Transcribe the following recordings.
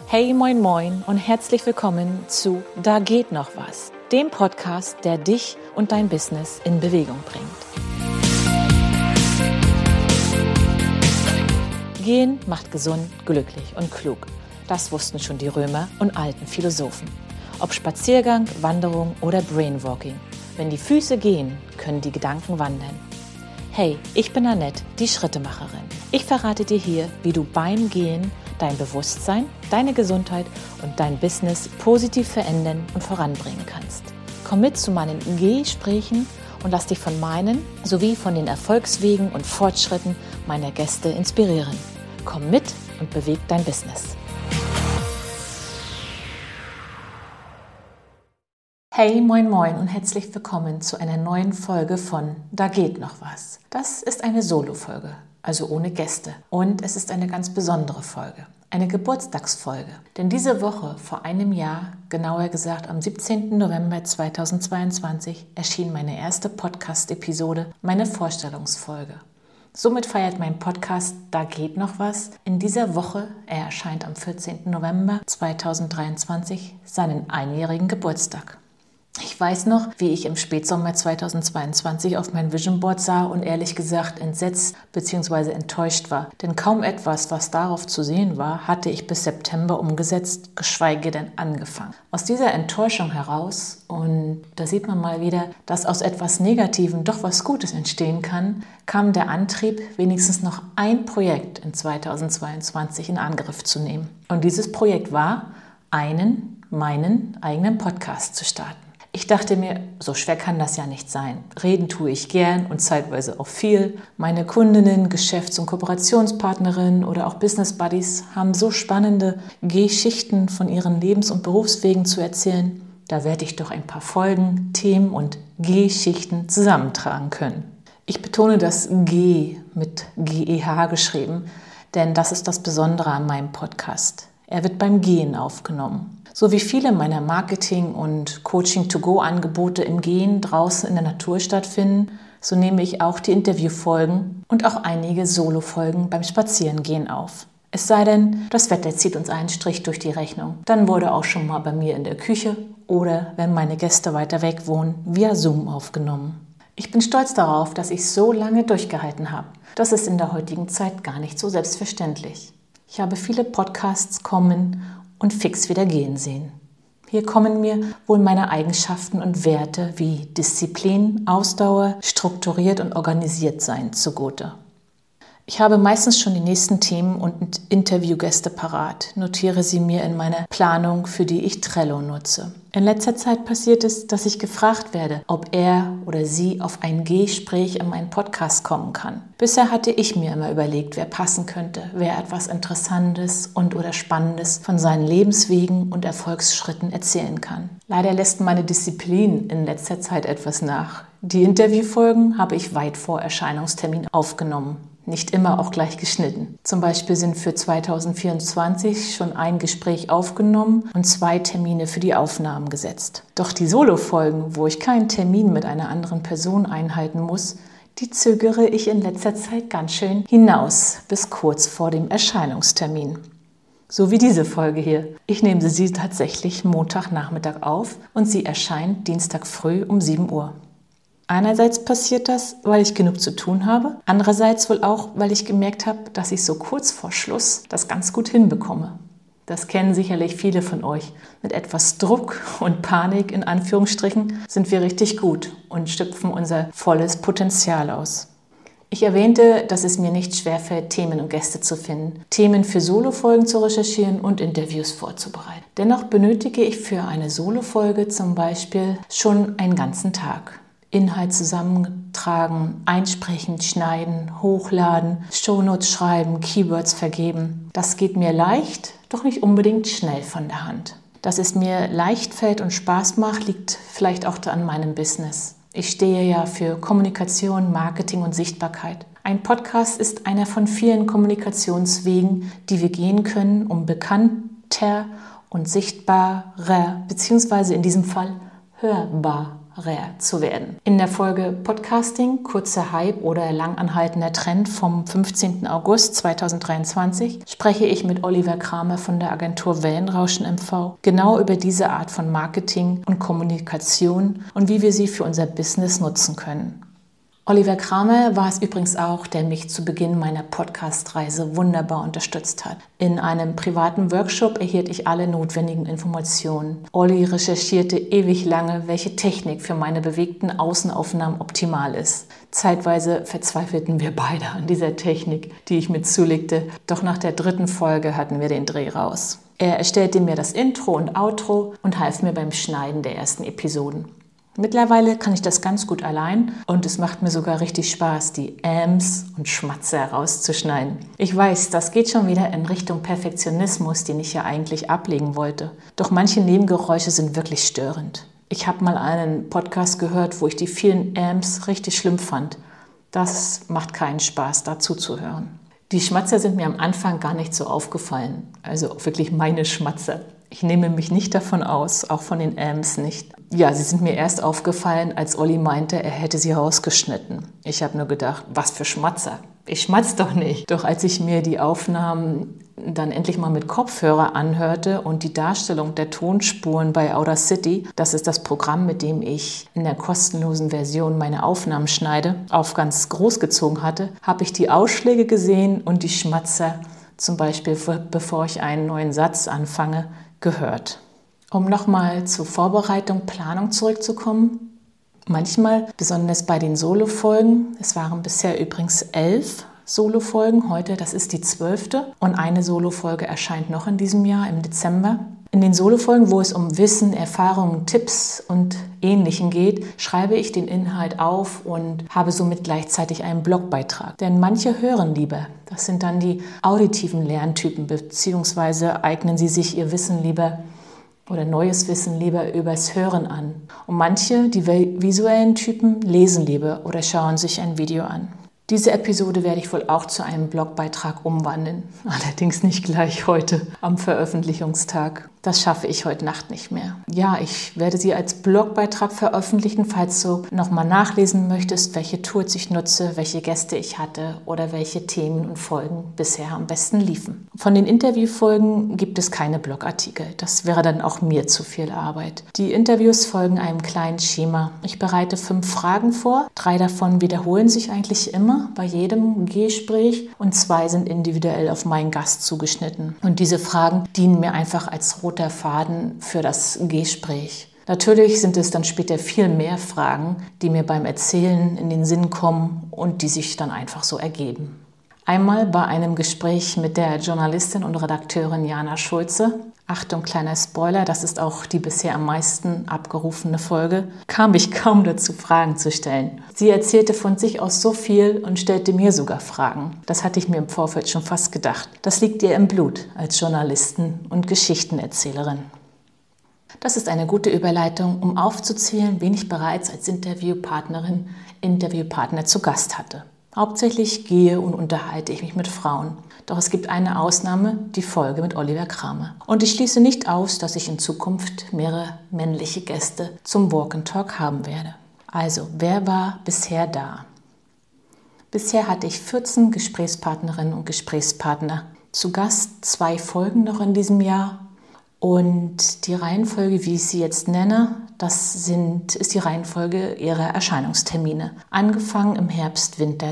Hey, moin, moin und herzlich willkommen zu Da geht noch was, dem Podcast, der dich und dein Business in Bewegung bringt. Gehen macht gesund, glücklich und klug. Das wussten schon die Römer und alten Philosophen. Ob Spaziergang, Wanderung oder Brainwalking. Wenn die Füße gehen, können die Gedanken wandern. Hey, ich bin Annette, die Schrittemacherin. Ich verrate dir hier, wie du beim Gehen dein Bewusstsein, deine Gesundheit und dein Business positiv verändern und voranbringen kannst. Komm mit zu meinen Gesprächen und lass dich von meinen sowie von den Erfolgswegen und Fortschritten meiner Gäste inspirieren. Komm mit und beweg dein Business. Hey, moin, moin und herzlich willkommen zu einer neuen Folge von Da geht noch was. Das ist eine Solo-Folge, also ohne Gäste. Und es ist eine ganz besondere Folge, eine Geburtstagsfolge. Denn diese Woche vor einem Jahr, genauer gesagt am 17. November 2022, erschien meine erste Podcast-Episode, meine Vorstellungsfolge. Somit feiert mein Podcast Da geht noch was in dieser Woche, er erscheint am 14. November 2023, seinen einjährigen Geburtstag. Ich weiß noch, wie ich im Spätsommer 2022 auf mein Vision Board sah und ehrlich gesagt entsetzt bzw. enttäuscht war. Denn kaum etwas, was darauf zu sehen war, hatte ich bis September umgesetzt, geschweige denn angefangen. Aus dieser Enttäuschung heraus, und da sieht man mal wieder, dass aus etwas Negativem doch was Gutes entstehen kann, kam der Antrieb, wenigstens noch ein Projekt in 2022 in Angriff zu nehmen. Und dieses Projekt war, meinen eigenen Podcast zu starten. Ich dachte mir, so schwer kann das ja nicht sein. Reden tue ich gern und zeitweise auch viel. Meine Kundinnen, Geschäfts- und Kooperationspartnerinnen oder auch Business Buddies haben so spannende Geschichten von ihren Lebens- und Berufswegen zu erzählen. Da werde ich doch ein paar Folgen, Themen und Geschichten zusammentragen können. Ich betone das G mit GEH geschrieben, denn das ist das Besondere an meinem Podcast. Er wird beim Gehen aufgenommen. So wie viele meiner Marketing- und Coaching-to-go-Angebote im Gehen draußen in der Natur stattfinden, so nehme ich auch die Interviewfolgen und auch einige Solo-Folgen beim Spazierengehen auf. Es sei denn, das Wetter zieht uns einen Strich durch die Rechnung. Dann wurde auch schon mal bei mir in der Küche oder, wenn meine Gäste weiter weg wohnen, via Zoom aufgenommen. Ich bin stolz darauf, dass ich so lange durchgehalten habe. Das ist in der heutigen Zeit gar nicht so selbstverständlich. Ich habe viele Podcasts kommen und fix wieder gehen sehen. Hier kommen mir wohl meine Eigenschaften und Werte wie Disziplin, Ausdauer, strukturiert und organisiert sein zugute. Ich habe meistens schon die nächsten Themen und Interviewgäste parat, notiere sie mir in meiner Planung, für die ich Trello nutze. In letzter Zeit passiert es, dass ich gefragt werde, ob er oder sie auf ein Gespräch in meinen Podcast kommen kann. Bisher hatte ich mir immer überlegt, wer passen könnte, wer etwas Interessantes und oder Spannendes von seinen Lebenswegen und Erfolgsschritten erzählen kann. Leider lässt meine Disziplin in letzter Zeit etwas nach. Die Interviewfolgen habe ich weit vor Erscheinungstermin aufgenommen. Nicht immer auch gleich geschnitten. Zum Beispiel sind für 2024 schon ein Gespräch aufgenommen und 2 Termine für die Aufnahmen gesetzt. Doch die Solo-Folgen, wo ich keinen Termin mit einer anderen Person einhalten muss, die zögere ich in letzter Zeit ganz schön hinaus, bis kurz vor dem Erscheinungstermin. So wie diese Folge hier. Ich nehme sie tatsächlich Montagnachmittag auf und sie erscheint Dienstag früh um 7 Uhr. Einerseits passiert das, weil ich genug zu tun habe, andererseits wohl auch, weil ich gemerkt habe, dass ich so kurz vor Schluss das ganz gut hinbekomme. Das kennen sicherlich viele von euch. Mit etwas Druck und Panik in Anführungsstrichen sind wir richtig gut und schöpfen unser volles Potenzial aus. Ich erwähnte, dass es mir nicht schwerfällt, Themen und Gäste zu finden, Themen für Solo-Folgen zu recherchieren und Interviews vorzubereiten. Dennoch benötige ich für eine Solo-Folge zum Beispiel schon einen ganzen Tag. Inhalt zusammentragen, einsprechen, schneiden, hochladen, Shownotes schreiben, Keywords vergeben. Das geht mir leicht, doch nicht unbedingt schnell von der Hand. Dass es mir leicht fällt und Spaß macht, liegt vielleicht auch an meinem Business. Ich stehe ja für Kommunikation, Marketing und Sichtbarkeit. Ein Podcast ist einer von vielen Kommunikationswegen, die wir gehen können, um bekannter und sichtbarer, beziehungsweise in diesem Fall hörbarer zu werden. In der Folge Podcasting, kurzer Hype oder langanhaltender Trend vom 15. August 2023 spreche ich mit Oliver Kramer von der Agentur Wellenrauschen MV genau über diese Art von Marketing und Kommunikation und wie wir sie für unser Business nutzen können. Oliver Kramer war es übrigens auch, der mich zu Beginn meiner Podcast-Reise wunderbar unterstützt hat. In einem privaten Workshop erhielt ich alle notwendigen Informationen. Olli recherchierte ewig lange, welche Technik für meine bewegten Außenaufnahmen optimal ist. Zeitweise verzweifelten wir beide an dieser Technik, die ich mir zulegte. Doch nach der 3. Folge hatten wir den Dreh raus. Er erstellte mir das Intro und Outro und half mir beim Schneiden der ersten Episoden. Mittlerweile kann ich das ganz gut allein und es macht mir sogar richtig Spaß, die Äms und Schmatzer rauszuschneiden. Ich weiß, das geht schon wieder in Richtung Perfektionismus, den ich ja eigentlich ablegen wollte. Doch manche Nebengeräusche sind wirklich störend. Ich habe mal einen Podcast gehört, wo ich die vielen Äms richtig schlimm fand. Das macht keinen Spaß, dazu zu hören. Die Schmatzer sind mir am Anfang gar nicht so aufgefallen, also wirklich meine Schmatzer. Ich nehme mich nicht davon aus, auch von den Äms nicht. Ja, sie sind mir erst aufgefallen, als Olli meinte, er hätte sie rausgeschnitten. Ich habe nur gedacht, was für Schmatzer? Ich schmatz doch nicht. Doch als ich mir die Aufnahmen dann endlich mal mit Kopfhörer anhörte und die Darstellung der Tonspuren bei Audacity, das ist das Programm, mit dem ich in der kostenlosen Version meine Aufnahmen schneide, auf ganz groß gezogen hatte, habe ich die Ausschläge gesehen und die Schmatzer, zum Beispiel bevor ich einen neuen Satz anfange, gehört. Um nochmal zur Vorbereitung, Planung zurückzukommen. Manchmal, besonders bei den Solo-Folgen, es waren bisher übrigens 11 Solo-Folgen, heute das ist die 12. und eine Solo-Folge erscheint noch in diesem Jahr im Dezember. In den Solo-Folgen, wo es um Wissen, Erfahrungen, Tipps und Ähnlichem geht, schreibe ich den Inhalt auf und habe somit gleichzeitig einen Blogbeitrag. Denn manche hören lieber. Das sind dann die auditiven Lerntypen, beziehungsweise eignen sie sich ihr Wissen lieber oder neues Wissen lieber übers Hören an. Und manche, die visuellen Typen, lesen lieber oder schauen sich ein Video an. Diese Episode werde ich wohl auch zu einem Blogbeitrag umwandeln. Allerdings nicht gleich heute am Veröffentlichungstag. Das schaffe ich heute Nacht nicht mehr. Ja, ich werde sie als Blogbeitrag veröffentlichen, falls du nochmal nachlesen möchtest, welche Tools ich nutze, welche Gäste ich hatte oder welche Themen und Folgen bisher am besten liefen. Von den Interviewfolgen gibt es keine Blogartikel. Das wäre dann auch mir zu viel Arbeit. Die Interviews folgen einem kleinen Schema. Ich bereite 5 Fragen vor. 3 davon wiederholen sich eigentlich immer bei jedem Gespräch und 2 sind individuell auf meinen Gast zugeschnitten. Und diese Fragen dienen mir einfach als roter Faden für das Gespräch. Natürlich sind es dann später viel mehr Fragen, die mir beim Erzählen in den Sinn kommen und die sich dann einfach so ergeben. Einmal bei einem Gespräch mit der Journalistin und Redakteurin Jana Schulze, Achtung, kleiner Spoiler, das ist auch die bisher am meisten abgerufene Folge, kam ich kaum dazu, Fragen zu stellen. Sie erzählte von sich aus so viel und stellte mir sogar Fragen. Das hatte ich mir im Vorfeld schon fast gedacht. Das liegt ihr im Blut als Journalistin und Geschichtenerzählerin. Das ist eine gute Überleitung, um aufzuzählen, wen ich bereits als Interviewpartner zu Gast hatte. Hauptsächlich gehe und unterhalte ich mich mit Frauen. Doch es gibt eine Ausnahme, die Folge mit Oliver Kramer. Und ich schließe nicht aus, dass ich in Zukunft mehrere männliche Gäste zum Walk and Talk haben werde. Also, wer war bisher da? Bisher hatte ich 14 Gesprächspartnerinnen und Gesprächspartner. Zu Gast 2 Folgen noch in diesem Jahr. Und die Reihenfolge, wie ich sie jetzt nenne, ist die Reihenfolge ihrer Erscheinungstermine. Angefangen im Herbst-Winter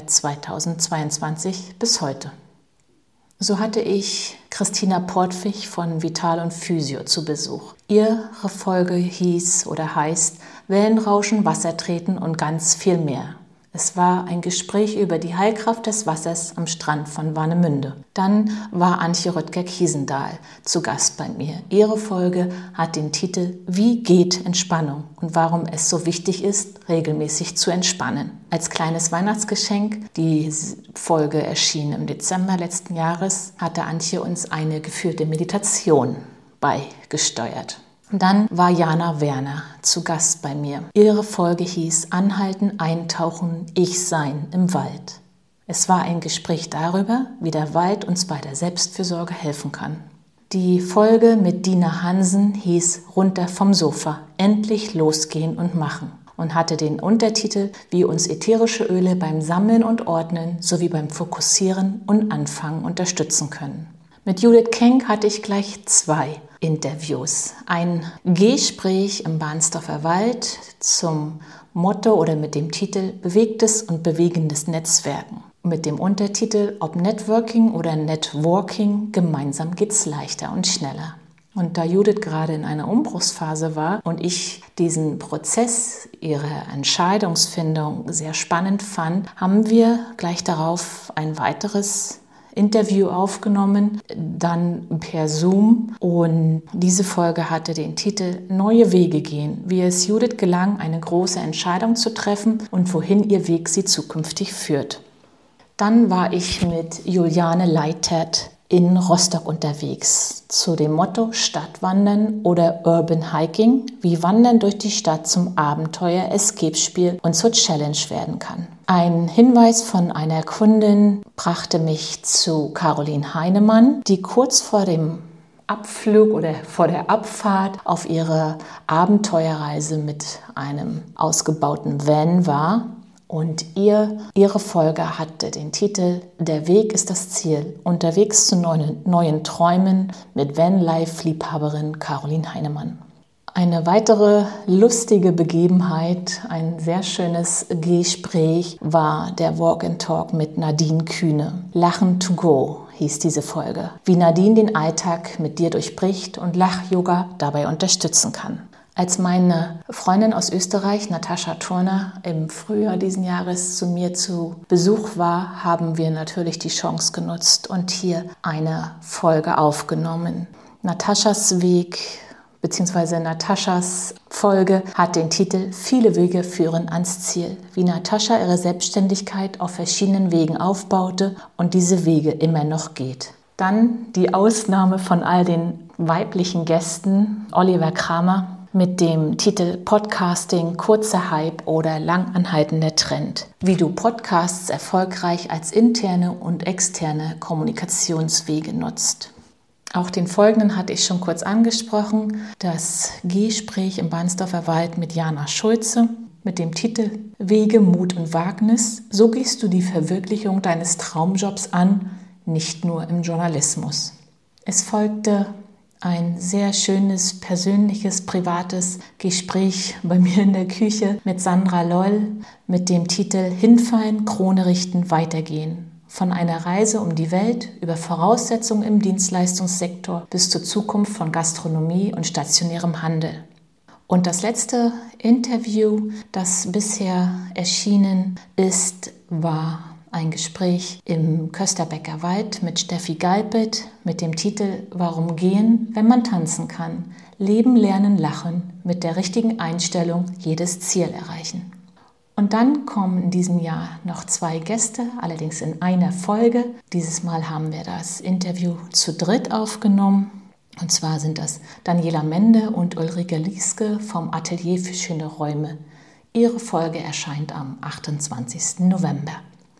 2022 bis heute. So hatte ich Christina Portwig von Vital und Physio zu Besuch. Ihre Folge heißt Wellenrauschen, Wassertreten und ganz viel mehr. Es war ein Gespräch über die Heilkraft des Wassers am Strand von Warnemünde. Dann war Antje Röttger-Kiesendahl zu Gast bei mir. Ihre Folge hat den Titel Wie geht Entspannung und warum es so wichtig ist, regelmäßig zu entspannen. Als kleines Weihnachtsgeschenk, die Folge erschien im Dezember letzten Jahres, hatte Antje uns eine geführte Meditation beigesteuert. Dann war Jana Werner zu Gast bei mir. Ihre Folge hieß Anhalten, Eintauchen, Ich-Sein im Wald. Es war ein Gespräch darüber, wie der Wald uns bei der Selbstfürsorge helfen kann. Die Folge mit Dina Hansen hieß Runter vom Sofa, endlich losgehen und machen. und hatte den Untertitel, wie uns ätherische Öle beim Sammeln und Ordnen sowie beim Fokussieren und Anfangen unterstützen können. Mit Judith Kenk hatte ich gleich 2 Interviews. Ein Gespräch im Bahnsdorfer Wald zum Motto oder mit dem Titel Bewegtes und bewegendes Netzwerken. Mit dem Untertitel Ob Networking oder Networking, gemeinsam geht's leichter und schneller. Und da Judith gerade in einer Umbruchsphase war und ich diesen Prozess ihrer Entscheidungsfindung sehr spannend fand, haben wir gleich darauf ein weiteres Interview aufgenommen, dann per Zoom, und diese Folge hatte den Titel Neue Wege gehen, wie es Judith gelang, eine große Entscheidung zu treffen und wohin ihr Weg sie zukünftig führt. Dann war ich mit Juliane Leitert in Rostock unterwegs zu dem Motto Stadtwandern oder Urban Hiking, wie Wandern durch die Stadt zum Abenteuer, Escape-Spiel und zur Challenge werden kann. Ein Hinweis von einer Kundin brachte mich zu Caroline Heinemann, die kurz vor dem Abflug oder vor der Abfahrt auf ihrer Abenteuerreise mit einem ausgebauten Van war. Und ihre Folge hatte den Titel Der Weg ist das Ziel. Unterwegs zu neuen Träumen mit Vanlife-Liebhaberin Caroline Heinemann. Eine weitere lustige Begebenheit, ein sehr schönes Gespräch war der Walk and Talk mit Nadine Kühne. Lachen to go hieß diese Folge. Wie Nadine den Alltag mit dir durchbricht und Lach-Yoga dabei unterstützen kann. Als meine Freundin aus Österreich, Natascha Turner, im Frühjahr diesen Jahres zu mir zu Besuch war, haben wir natürlich die Chance genutzt und hier eine Folge aufgenommen. Nataschas Weg bzw. Nataschas Folge hat den Titel Viele Wege führen ans Ziel, wie Natascha ihre Selbstständigkeit auf verschiedenen Wegen aufbaute und diese Wege immer noch geht. Dann die Ausnahme von all den weiblichen Gästen, Oliver Kramer, mit dem Titel Podcasting, kurzer Hype oder langanhaltender Trend. Wie du Podcasts erfolgreich als interne und externe Kommunikationswege nutzt. Auch den folgenden hatte ich schon kurz angesprochen. Das Gespräch im Bahnsdorfer Wald mit Jana Schulze mit dem Titel Wege, Mut und Wagnis. So gehst du die Verwirklichung deines Traumjobs an, nicht nur im Journalismus. Es folgte ein sehr schönes, persönliches, privates Gespräch bei mir in der Küche mit Sandra Loll mit dem Titel Hinfallen, Krone richten, weitergehen. Von einer Reise um die Welt über Voraussetzungen im Dienstleistungssektor bis zur Zukunft von Gastronomie und stationärem Handel. Und das letzte Interview, das bisher erschienen ist, war ein Gespräch im Kösterbecker Wald mit Steffi Galpet mit dem Titel Warum gehen, wenn man tanzen kann? Leben, lernen, lachen, mit der richtigen Einstellung jedes Ziel erreichen. Und dann kommen in diesem Jahr noch 2 Gäste, allerdings in einer Folge. Dieses Mal haben wir das Interview zu dritt aufgenommen. Und zwar sind das Daniela Mende und Ulrike Lieske vom Atelier für schöne Räume. Ihre Folge erscheint am 28. November.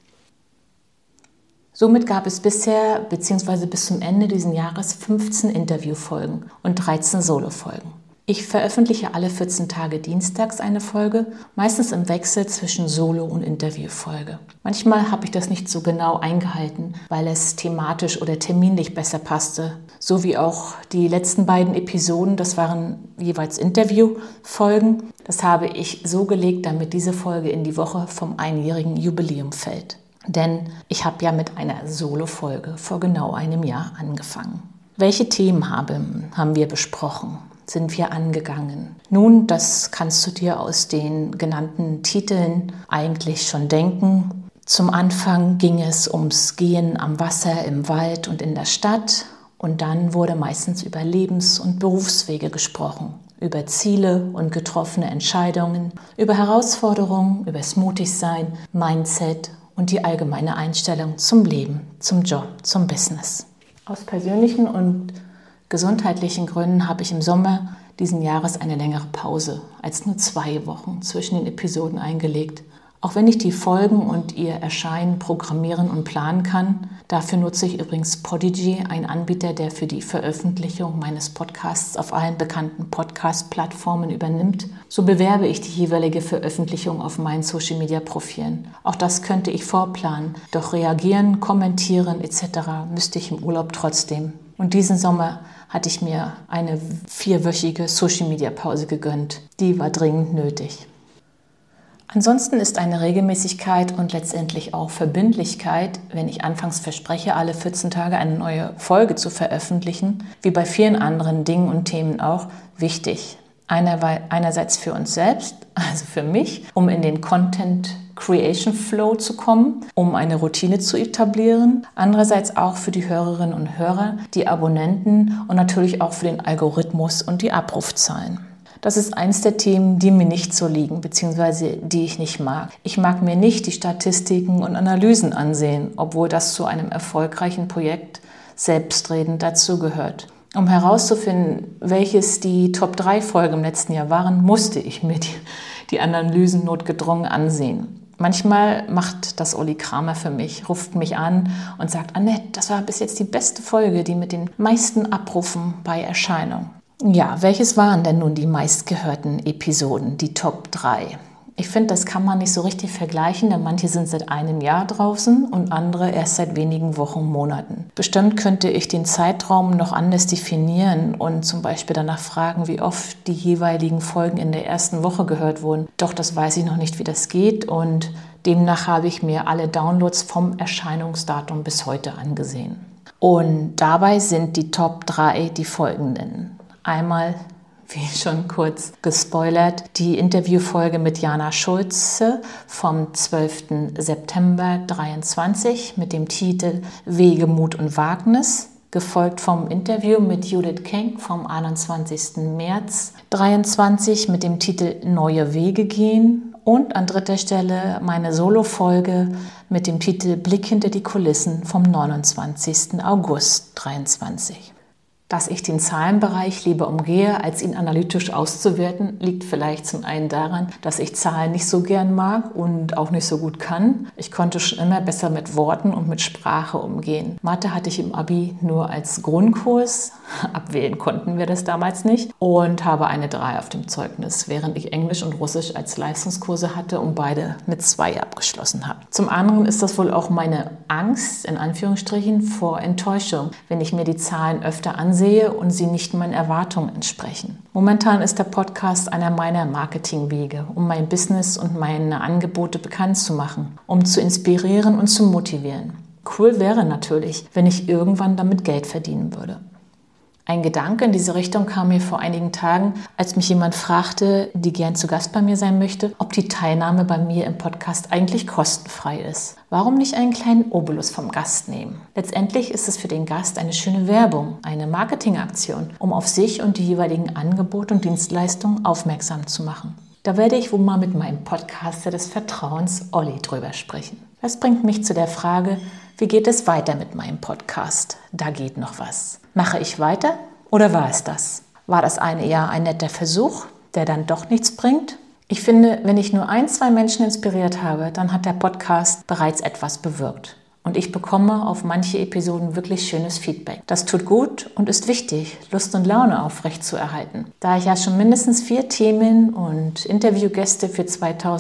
Somit gab es bisher bzw. bis zum Ende dieses Jahres 15 Interviewfolgen und 13 Solofolgen. Ich veröffentliche alle 14 Tage dienstags eine Folge, meistens im Wechsel zwischen Solo- und Interviewfolge. Manchmal habe ich das nicht so genau eingehalten, weil es thematisch oder terminlich besser passte. So wie auch die letzten beiden Episoden, das waren jeweils Interviewfolgen. Das habe ich so gelegt, damit diese Folge in die Woche vom einjährigen Jubiläum fällt. Denn ich habe ja mit einer Solo-Folge vor genau einem Jahr angefangen. Welche Themen haben wir besprochen? Sind wir angegangen? Nun, das kannst du dir aus den genannten Titeln eigentlich schon denken. Zum Anfang ging es ums Gehen am Wasser, im Wald und in der Stadt. Und dann wurde meistens über Lebens- und Berufswege gesprochen. Über Ziele und getroffene Entscheidungen, über Herausforderungen, über das Mutigsein, Mindset und die allgemeine Einstellung zum Leben, zum Job, zum Business. Aus persönlichen und gesundheitlichen Gründen habe ich im Sommer diesen Jahres eine längere Pause als nur 2 Wochen zwischen den Episoden eingelegt. Auch wenn ich die Folgen und ihr Erscheinen programmieren und planen kann, dafür nutze ich übrigens Podigy, ein Anbieter, der für die Veröffentlichung meines Podcasts auf allen bekannten Podcast-Plattformen übernimmt, so bewerbe ich die jeweilige Veröffentlichung auf meinen Social-Media-Profilen. Auch das könnte ich vorplanen, doch reagieren, kommentieren etc. müsste ich im Urlaub trotzdem. Und diesen Sommer hatte ich mir eine 4-wöchige Social-Media-Pause gegönnt. Die war dringend nötig. Ansonsten ist eine Regelmäßigkeit und letztendlich auch Verbindlichkeit, wenn ich anfangs verspreche, alle 14 Tage eine neue Folge zu veröffentlichen, wie bei vielen anderen Dingen und Themen auch, wichtig. Einerseits für uns selbst, also für mich, um in den Content Creation Flow zu kommen, um eine Routine zu etablieren. Andererseits auch für die Hörerinnen und Hörer, die Abonnenten und natürlich auch für den Algorithmus und die Abrufzahlen. Das ist eins der Themen, die mir nicht so liegen, beziehungsweise die ich nicht mag. Ich mag mir nicht die Statistiken und Analysen ansehen, obwohl das zu einem erfolgreichen Projekt selbstredend dazugehört. Um herauszufinden, welches die Top-3-Folgen im letzten Jahr waren, musste ich mir die Analysen notgedrungen ansehen. Manchmal macht das Olli Kramer für mich, ruft mich an und sagt, Annette, das war bis jetzt die beste Folge, die mit den meisten Abrufen bei Erscheinung. Ja, welches waren denn nun die meistgehörten Episoden, die Top 3? Ich finde, das kann man nicht so richtig vergleichen, denn manche sind seit einem Jahr draußen und andere erst seit wenigen Wochen, Monaten. Bestimmt könnte ich den Zeitraum noch anders definieren und zum Beispiel danach fragen, wie oft die jeweiligen Folgen in der ersten Woche gehört wurden. Doch das weiß ich noch nicht, wie das geht und demnach habe ich mir alle Downloads vom Erscheinungsdatum bis heute angesehen. Und dabei sind die Top 3 die folgenden. Einmal, wie schon kurz gespoilert, die Interviewfolge mit Jana Schulze vom 12. September 2023 mit dem Titel Wege, Mut und Wagnis, gefolgt vom Interview mit Judith Kenk vom 21. März 2023 mit dem Titel Neue Wege gehen und an dritter Stelle meine Solo-Folge mit dem Titel Blick hinter die Kulissen vom 29. August 2023. Dass ich den Zahlenbereich lieber umgehe, als ihn analytisch auszuwerten, liegt vielleicht zum einen daran, dass ich Zahlen nicht so gern mag und auch nicht so gut kann. Ich konnte schon immer besser mit Worten und mit Sprache umgehen. Mathe hatte ich im Abi nur als Grundkurs, abwählen konnten wir das damals nicht, und habe eine 3 auf dem Zeugnis, während ich Englisch und Russisch als Leistungskurse hatte und beide mit 2 abgeschlossen habe. Zum anderen ist das wohl auch meine Angst, in Anführungsstrichen, vor Enttäuschung, wenn ich mir die Zahlen öfter ansehe und sie nicht meinen Erwartungen entsprechen. Momentan ist der Podcast einer meiner Marketingwege, um mein Business und meine Angebote bekannt zu machen, um zu inspirieren und zu motivieren. Cool wäre natürlich, wenn ich irgendwann damit Geld verdienen würde. Ein Gedanke in diese Richtung kam mir vor einigen Tagen, als mich jemand fragte, die gern zu Gast bei mir sein möchte, ob die Teilnahme bei mir im Podcast eigentlich kostenfrei ist. Warum nicht einen kleinen Obolus vom Gast nehmen? Letztendlich ist es für den Gast eine schöne Werbung, eine Marketingaktion, um auf sich und die jeweiligen Angebote und Dienstleistungen aufmerksam zu machen. Da werde ich wohl mal mit meinem Podcaster des Vertrauens, Olli, drüber sprechen. Das bringt mich zu der Frage, wie geht es weiter mit meinem Podcast? Da geht noch was. Mache ich weiter oder war es das? War das eine Jahr ein netter Versuch, der dann doch nichts bringt? Ich finde, wenn ich nur 1-2 Menschen inspiriert habe, dann hat der Podcast bereits etwas bewirkt. Und ich bekomme auf manche Episoden wirklich schönes Feedback. Das tut gut und ist wichtig, Lust und Laune aufrechtzuerhalten. Da ich ja schon mindestens 4 Themen und Interviewgäste für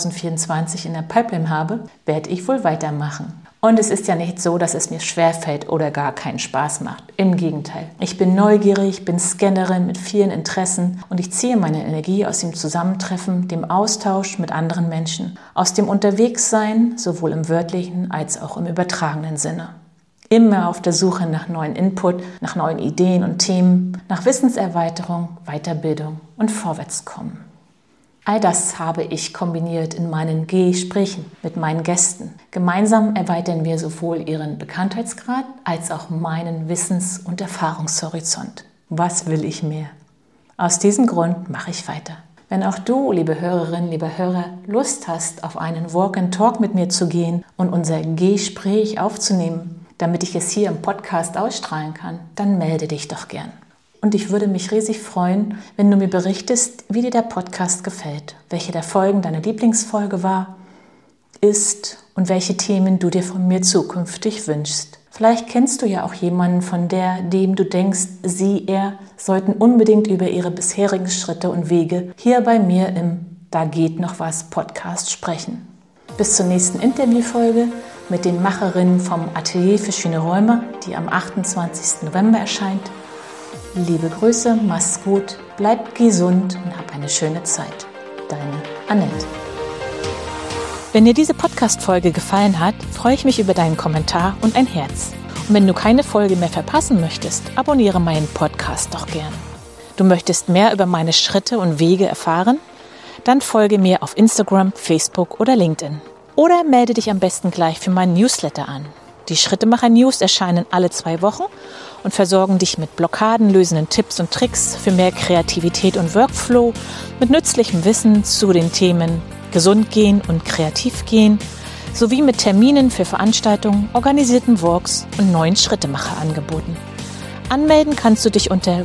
2024 in der Pipeline habe, werde ich wohl weitermachen. Und es ist ja nicht so, dass es mir schwerfällt oder gar keinen Spaß macht. Im Gegenteil. Ich bin neugierig, bin Scannerin mit vielen Interessen und ich ziehe meine Energie aus dem Zusammentreffen, dem Austausch mit anderen Menschen, aus dem Unterwegssein, sowohl im wörtlichen als auch im übertragenen Sinne. Immer auf der Suche nach neuen Input, nach neuen Ideen und Themen, nach Wissenserweiterung, Weiterbildung und Vorwärtskommen. All das habe ich kombiniert in meinen Gesprächen mit meinen Gästen. Gemeinsam erweitern wir sowohl ihren Bekanntheitsgrad als auch meinen Wissens- und Erfahrungshorizont. Was will ich mehr? Aus diesem Grund mache ich weiter. Wenn auch du, liebe Hörerinnen, lieber Hörer, Lust hast, auf einen Walk and Talk mit mir zu gehen und unser Gespräch aufzunehmen, damit ich es hier im Podcast ausstrahlen kann, dann melde dich doch gern. Und ich würde mich riesig freuen, wenn du mir berichtest, wie dir der Podcast gefällt, welche der Folgen deine Lieblingsfolge war. ist und welche Themen du dir von mir zukünftig wünschst. Vielleicht kennst du ja auch jemanden, von dem du denkst, er sollten unbedingt über ihre bisherigen Schritte und Wege hier bei mir im Da geht noch was Podcast sprechen. Bis zur nächsten Interviewfolge mit den Macherinnen vom Atelier für schöne Räume, die am 28. November erscheint. Liebe Grüße, mach's gut, bleib gesund und hab eine schöne Zeit. Deine Annette. Wenn dir diese Podcast-Folge gefallen hat, freue ich mich über deinen Kommentar und ein Herz. Und wenn du keine Folge mehr verpassen möchtest, abonniere meinen Podcast doch gern. Du möchtest mehr über meine Schritte und Wege erfahren? Dann folge mir auf Instagram, Facebook oder LinkedIn. Oder melde dich am besten gleich für meinen Newsletter an. Die Schrittemacher-News erscheinen alle 2 Wochen und versorgen dich mit blockadenlösenden Tipps und Tricks für mehr Kreativität und Workflow, mit nützlichem Wissen zu den Themen Gesund gehen und kreativ gehen, sowie mit Terminen für Veranstaltungen, organisierten Walks und neuen Schrittemacher-Angeboten. Anmelden kannst du dich unter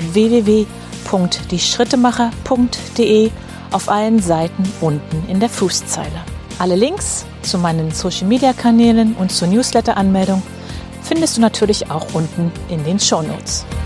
www.dieschrittemacher.de auf allen Seiten unten in der Fußzeile. Alle Links zu meinen Social-Media-Kanälen und zur Newsletter-Anmeldung findest du natürlich auch unten in den Shownotes.